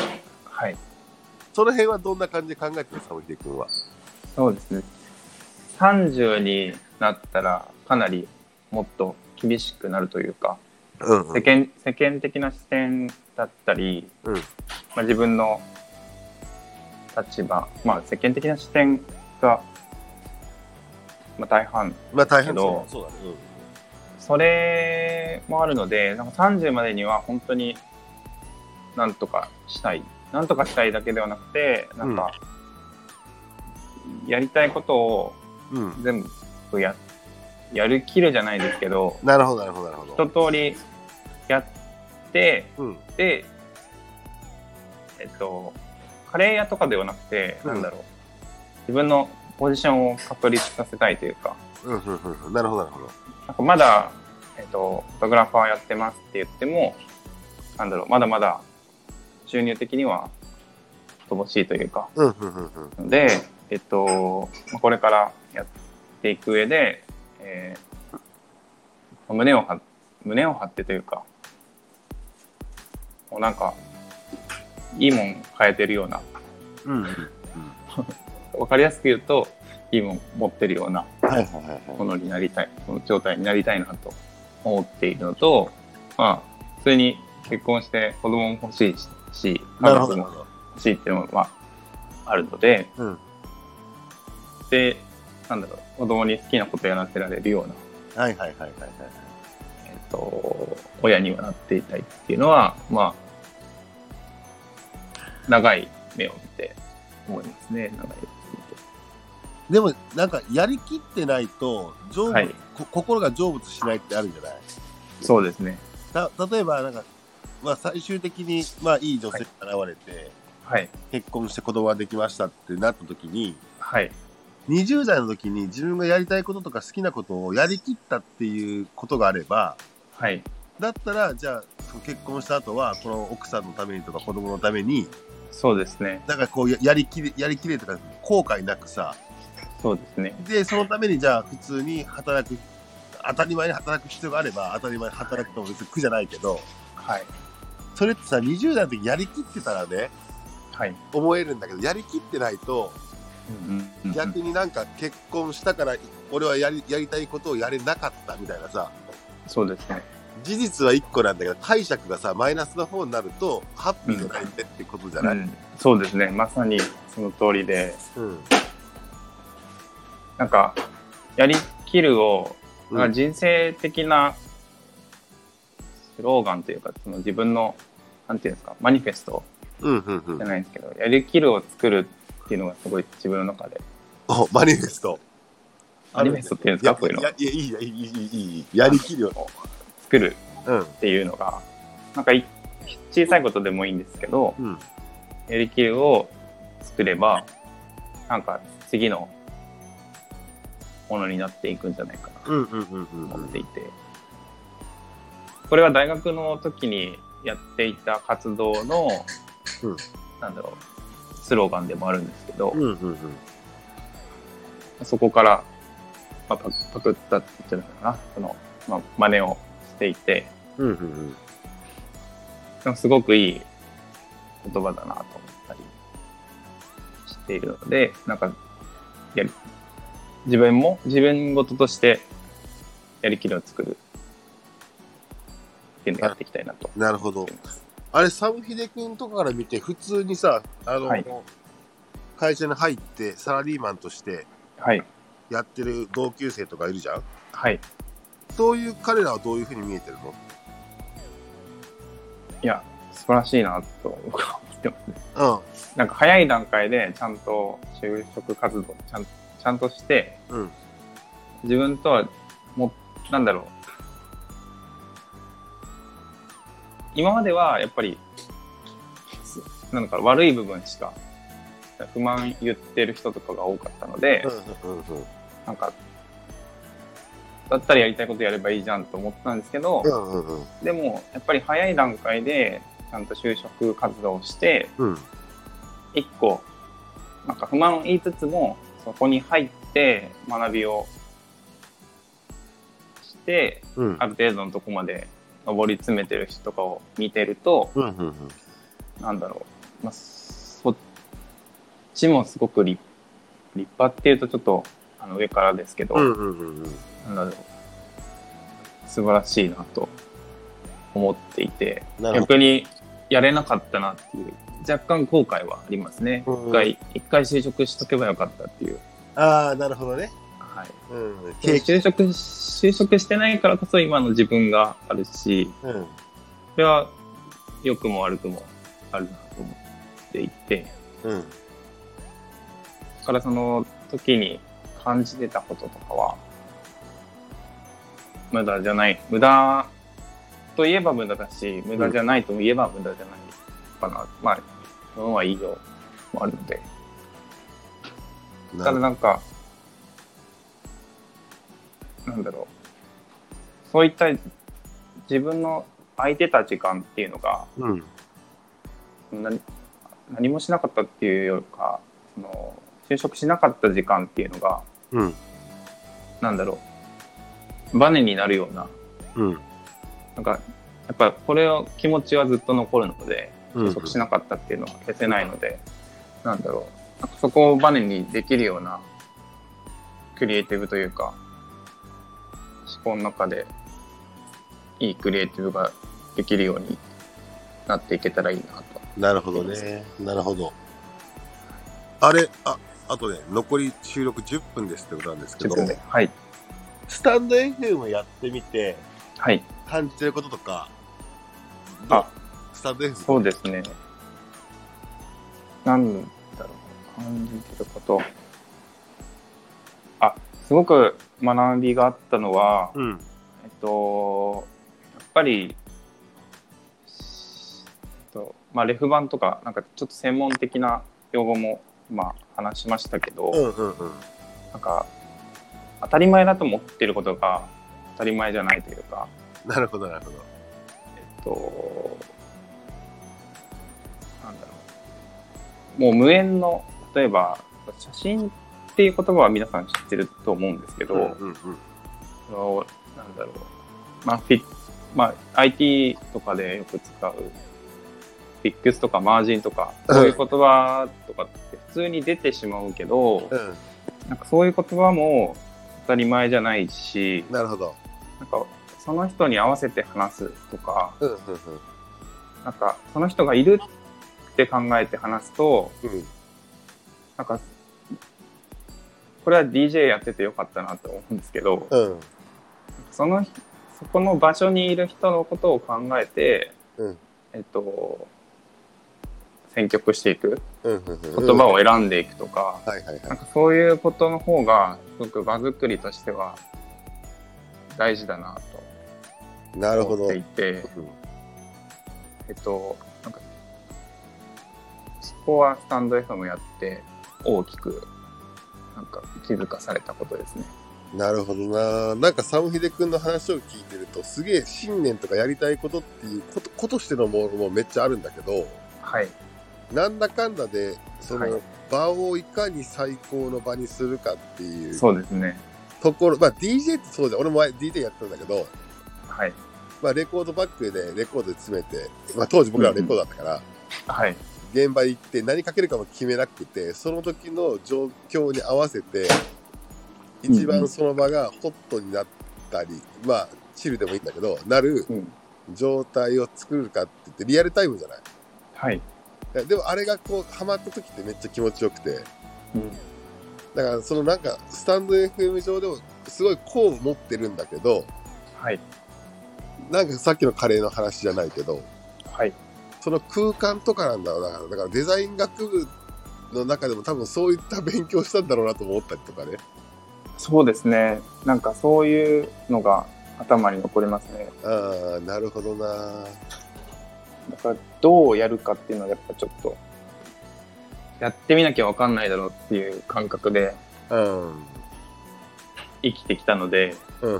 その辺はどんな感じで考えてる、サムヒデ君は。 そうですね。30になったらかなりもっと厳しくなるというか、世間的な視点だったり、自分の立場、世間的な視点が、大半だけど、それもあるので、なんか30までには本当になんとかしたいだけではなくて、なんかやりたいことを全部やるきるじゃないですけど、 なるほど。 一通りやって、で、カレー屋とかではなくて、なんだろう、自分のポジションを確立させたいというか、 なるほど。 なんかまだ、フォトグラファーやってますって言っても、なんだろう、まだまだ収入的には乏しいというか、で、これからやっていく上で、胸を張ってというか、もうなんかいいもん変えてるような、わかりやすく言うと、 気分を持ってるようなものになりたい、その状態になりたいなと思っているのと、まあ、普通に結婚して子供も欲しいし、家族も欲しいっていうのも、まあ、あるので、で、なんだろう、子供に好きなことやらせられるような、親にはなっていたいっていうのは、まあ、長い目を見て思いますね。長い目を見て。 でも、なんか、やりきってないと、心が成仏しないってあるんじゃない？ そうですね。 例えば、なんか、まあ、最終的に、まあ、いい女性が現れて、結婚して子供ができましたってなった時に、20代の時に自分がやりたいこととか好きなことをやりきったっていうことがあれば、だったら、じゃあ、結婚した後は、この奥さんのためにとか子供のために、 そうですね。 なんかこう、やりきれとか、後悔なくさ、 そうですね。 で、そのためにじゃあ、普通に働く、当たり前に働く必要があれば、当たり前に働くとも別に苦じゃないけど、それってさ、20代の時やりきってたらね、思えるんだけど、やりきってないと、逆になんか結婚したから俺はやりたいことをやれなかったみたいなさ。 そうですね。 事実は1個なんだけど解釈がさマイナスの方になるとハッピーじゃないってことじゃない？ そうですね。まさにその通りで、なんかやりきるをなんか人生的なスローガンというか、その自分のなんていうんですか、マニフェストじゃないんですけど、やりきるを作るっていうのがすごい自分の中で。 マニフェスト。 マニフェストっていうんですか、こういうの。 いい。やりきるを作るっていうのが、なんか小さいことでもいいんですけど、やりきるを作れば、なんか次のものになっていくんじゃないかなと思っていて、これは大学の時にやっていた活動の、なんだろう、スローガンでもあるんですけど、そこから、まあ、パクったって言っちゃうのかな、その、まあ、真似をしていて、すごくいい言葉だなと思ったりしているので、なんか自分も自分事としてやりきりを作るっていうのをやっていきたいなと。 なるほど。あれ、サムヒデ君とかから見て、普通にさ、会社に入ってサラリーマンとしてやってる同級生とかいるじゃん？そういう彼らはどういうふうに見えてるの？ いや、素晴らしいなと僕は思ってますね。なんか早い段階でちゃんと就職活動ちゃんとして、自分とはなんだろう、今まではやっぱりなんか悪い部分しか不満言ってる人とかが多かったので、なんかだったらやりたいことやればいいじゃんと思ったんですけど、でもやっぱり早い段階でちゃんと就職活動をして、一個なんか不満を言いつつもそこに入って学びをして、ある程度のとこまで上り詰めてる人とかを見てると、なんだろう、まあ、そっちもすごく立派っていうとちょっと上からですけど、なんだろう、素晴らしいなと思っていて、逆にやれなかったなっていう若干後悔はありますね。一回就職しとけばよかったっていう。 ああ、なるほどね。 就職してないからこそ今の自分があるし、それは良くも悪くもあるなと思っていて、だからその時に感じてたこととかは無駄じゃない、無駄といえば無駄だし、無駄じゃないといえば無駄じゃないかな。まあそのはいいよもあるので、ただなんかなんだろう、そういった自分の空いてた時間っていうのが、何もしなかったっていうよりか、その就職しなかった時間っていうのが、なんだろう、バネになるような、なんかやっぱこれを気持ちはずっと残るので、就職しなかったっていうのは消せないので、なんだろう、なんかそこをバネにできるようなクリエイティブというか思考の中でいいクリエイティブができるようになっていけたらいいなと。 なるほどね。なるほど。あとね、残り収録10分ですってことなんですけど、 はい。 スタンド FM をやってみて、 はい。 感じてることとか、スタンド FM。 そうですね。なんだろう、感じてること。すごく学びがあったのは、やっぱり、レフ板とか、なんかちょっと専門的な用語も、話しましたけど、なんか、当たり前だと思っていることが当たり前じゃないというか。 なるほど、なるほど。なんだろう。もう無縁の、例えば、写真っていう言葉は皆さん知ってると思うんですけど、なんだろう。IT とかでよく使う、フィックスとかマージンとか、そういう言葉とかって普通に出てしまうけど、なんかそういう言葉も当たり前じゃないし、 なるほど。 なんかその人に合わせて話すとか、なんかその人がいるって考えて話すと、なんかこれは DJ やっててよかったなと思うんですけど、そこの場所にいる人のことを考えて、選曲していく、言葉を選んでいくとか、なんかそういうことの方がすごく場作りとしては大事だなと思っていて、なんかそこはスタンド FM やって大きくなんか気づかされたことですね。 なるほどな。なんかサムヒデ君の話を聞いてると、すげえ信念とかやりたいことっていうことしてのものもめっちゃあるんだけど、 はい。 なんだかんだでその場をいかに最高の場にするかっていう、 そうですね。 ところ、DJ ってそうで、俺も DJ やってたんだけど、 はい。 レコードバッグでレコードで詰めて、当時僕らはレコードだったから、 はい。 現場行って何かけるかも決めなくて、その時の状況に合わせて、一番その場がホットになったり、チルでもいいんだけど、なる状態を作るかって言って、リアルタイムじゃない。 はい。 でもあれがこう、ハマった時ってめっちゃ気持ちよくて、だからそのなんか、スタンド FM 上でもすごいこう持ってるんだけど、 はい。 なんかさっきのカレーの話じゃないけど、 はい。 その空間とかなんだろうな。だからデザイン学部の中でも多分そういった勉強したんだろうなと思ったりとかね。 そうですね。なんかそういうのが頭に残りますね。 ああ、なるほどな。 だからどうやるかっていうのはやっぱちょっとやってみなきゃわかんないだろうっていう感覚で生きてきたので、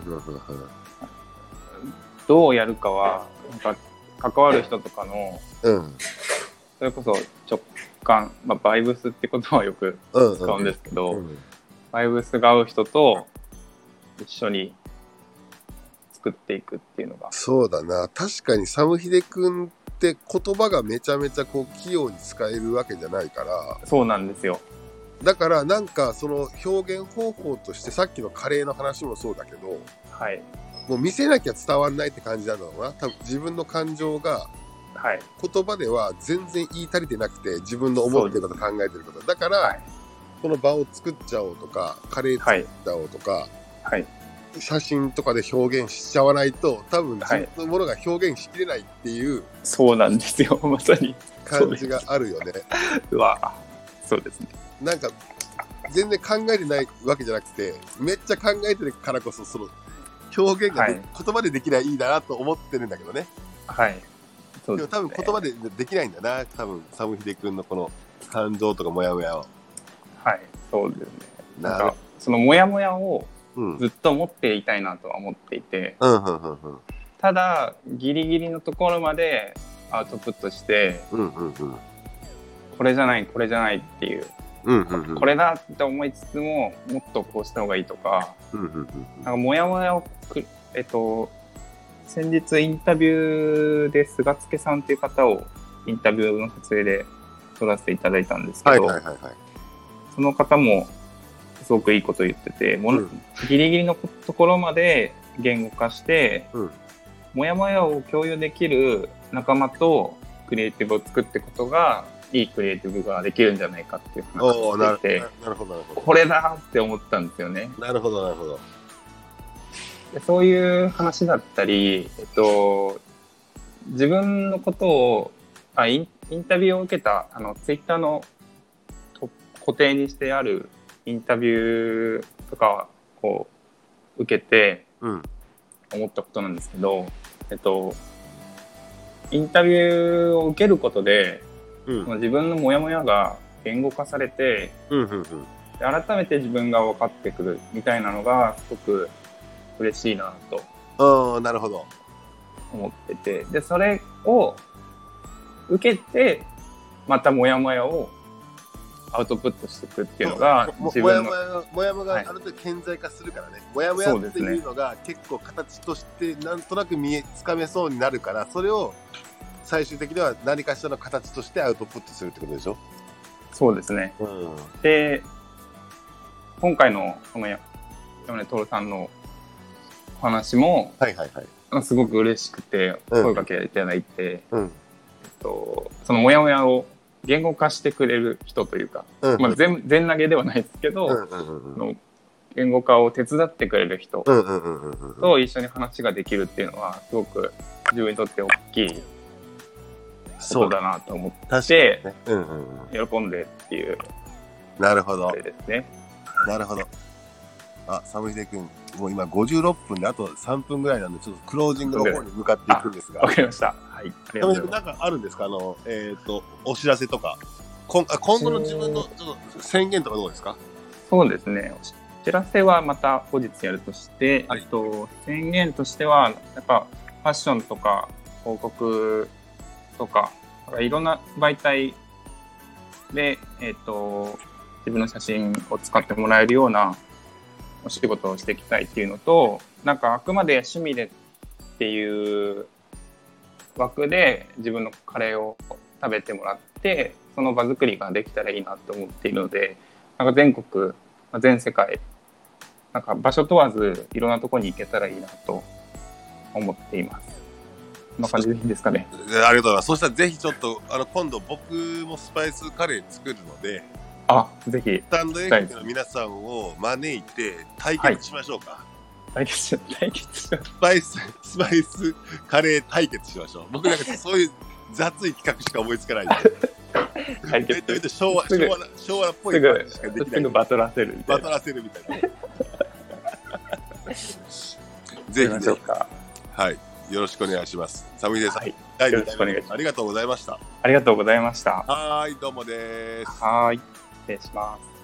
どうやるかはなんか関わる人とかの、それこそ直感、バイブスって言葉はよく使うんですけど、バイブスが合う人と一緒に作っていくっていうのが。 そうだな。確かにサムヒデ君って言葉がめちゃめちゃこう器用に使えるわけじゃないから。 そうなんですよ。 だからなんかその表現方法としてさっきのカレーの話もそうだけど、 はい。 もう見せなきゃ伝わんないって感じなんだろうな。多分自分の感情が言葉では全然言い足りてなくて、自分の思ってること考えてること。だから、この場を作っちゃおうとか、カレー作っちゃおうとか、写真とかで表現しちゃわないと、多分自分のものが表現しきれないっていう、 そうなんですよ、まさに。 感じがあるよね。 うわ、そうですね。 なんか、全然考えてないわけじゃなくて、めっちゃ考えてるからこそ、その、表現が、言葉でできないいいなと思ってるんだけどね。 はい。そうですね。 でも多分言葉でできないんだな、多分、サムヒデ君のこの感情とかモヤモヤを。 はい、そうですね。なんか、そのモヤモヤをずっと持っていたいなとは思っていて、ただ、ギリギリのところまでアウトプットして、これじゃない、これじゃないっていう、これだって思いつつも、もっとこうした方がいいとか、なんかモヤモヤを先日インタビューで菅助さんっていう方をインタビューの撮影で撮らせていただいたんですけど、その方もすごくいいこと言ってて、ギリギリのところまで言語化して、モヤモヤを共有できる仲間とクリエイティブを作っていくことが、いいクリエイティブができるんじゃないかっていう話をしていて、 なるほど、なるほど。 これだって思ったんですよね。 なるほど、なるほど。 でそういう話だったり、自分のことを、インタビューを受けた、ツイッターの固定にしてあるインタビューとかを受けて思ったことなんですけど、インタビューを受けることで、自分のモヤモヤが言語化されて、で改めて自分が分かってくるみたいなのがすごく嬉しいなとなるほど思ってて、でそれを受けてまたモヤモヤをアウトプットしていくっていうのが自分のモヤモヤがある程度顕在化するからね、モヤモヤっていうのが結構形としてなんとなくつかめそうになるから、それを最終的には何かしらの形としてアウトプットするってことでしょ。 そうですね、で今回のこの山根徹さんのお話も、すごく嬉しくて声かけいただいて、そのモヤモヤを言語化してくれる人というか、全投げではないですけど、言語化を手伝ってくれる人と一緒に話ができるっていうのはすごく自分にとって大きいことだなと思って、喜んでっていう。 なるほど。 ですね。 なるほど。サムヒデ君、もう今56分であと3分ぐらいなんで、ちょっとクロージングの方に向かっていくんですが。 わかりました。はい。 サムヒデ君、なんかあるんですか？お知らせとか。今後の自分のちょっと宣言とかどうですか？ そうですね。お知らせはまた後日やるとして、宣言としては、やっぱファッションとか広告とか、いろんな媒体で、自分の写真を使ってもらえるようなお仕事をしていきたいっていうのと、なんかあくまで趣味でっていう枠で自分のカレーを食べてもらって、その場作りができたらいいなと思っているので、なんか全国、全世界、なんか場所問わずいろんなところに行けたらいいなと思っています。こんな感じでいいですかね。 ありがとうございます。そしたらぜひちょっと今度僕もスパイスカレー作るので、 ぜひスタンド F の皆さんを招いて対決しましょうか。 対決スパイスカレー対決しましょう。僕なんかそういう雑い企画しか思いつかないんで。 対決昭和っぽい感じしかできない。 すぐバトらせるみたいな。 ぜひね。はい。よろしくお願いします。サムヒデさん。第2回目ありがとうございました。 ありがとうございました。 はい、どうもです。 はい。失礼します。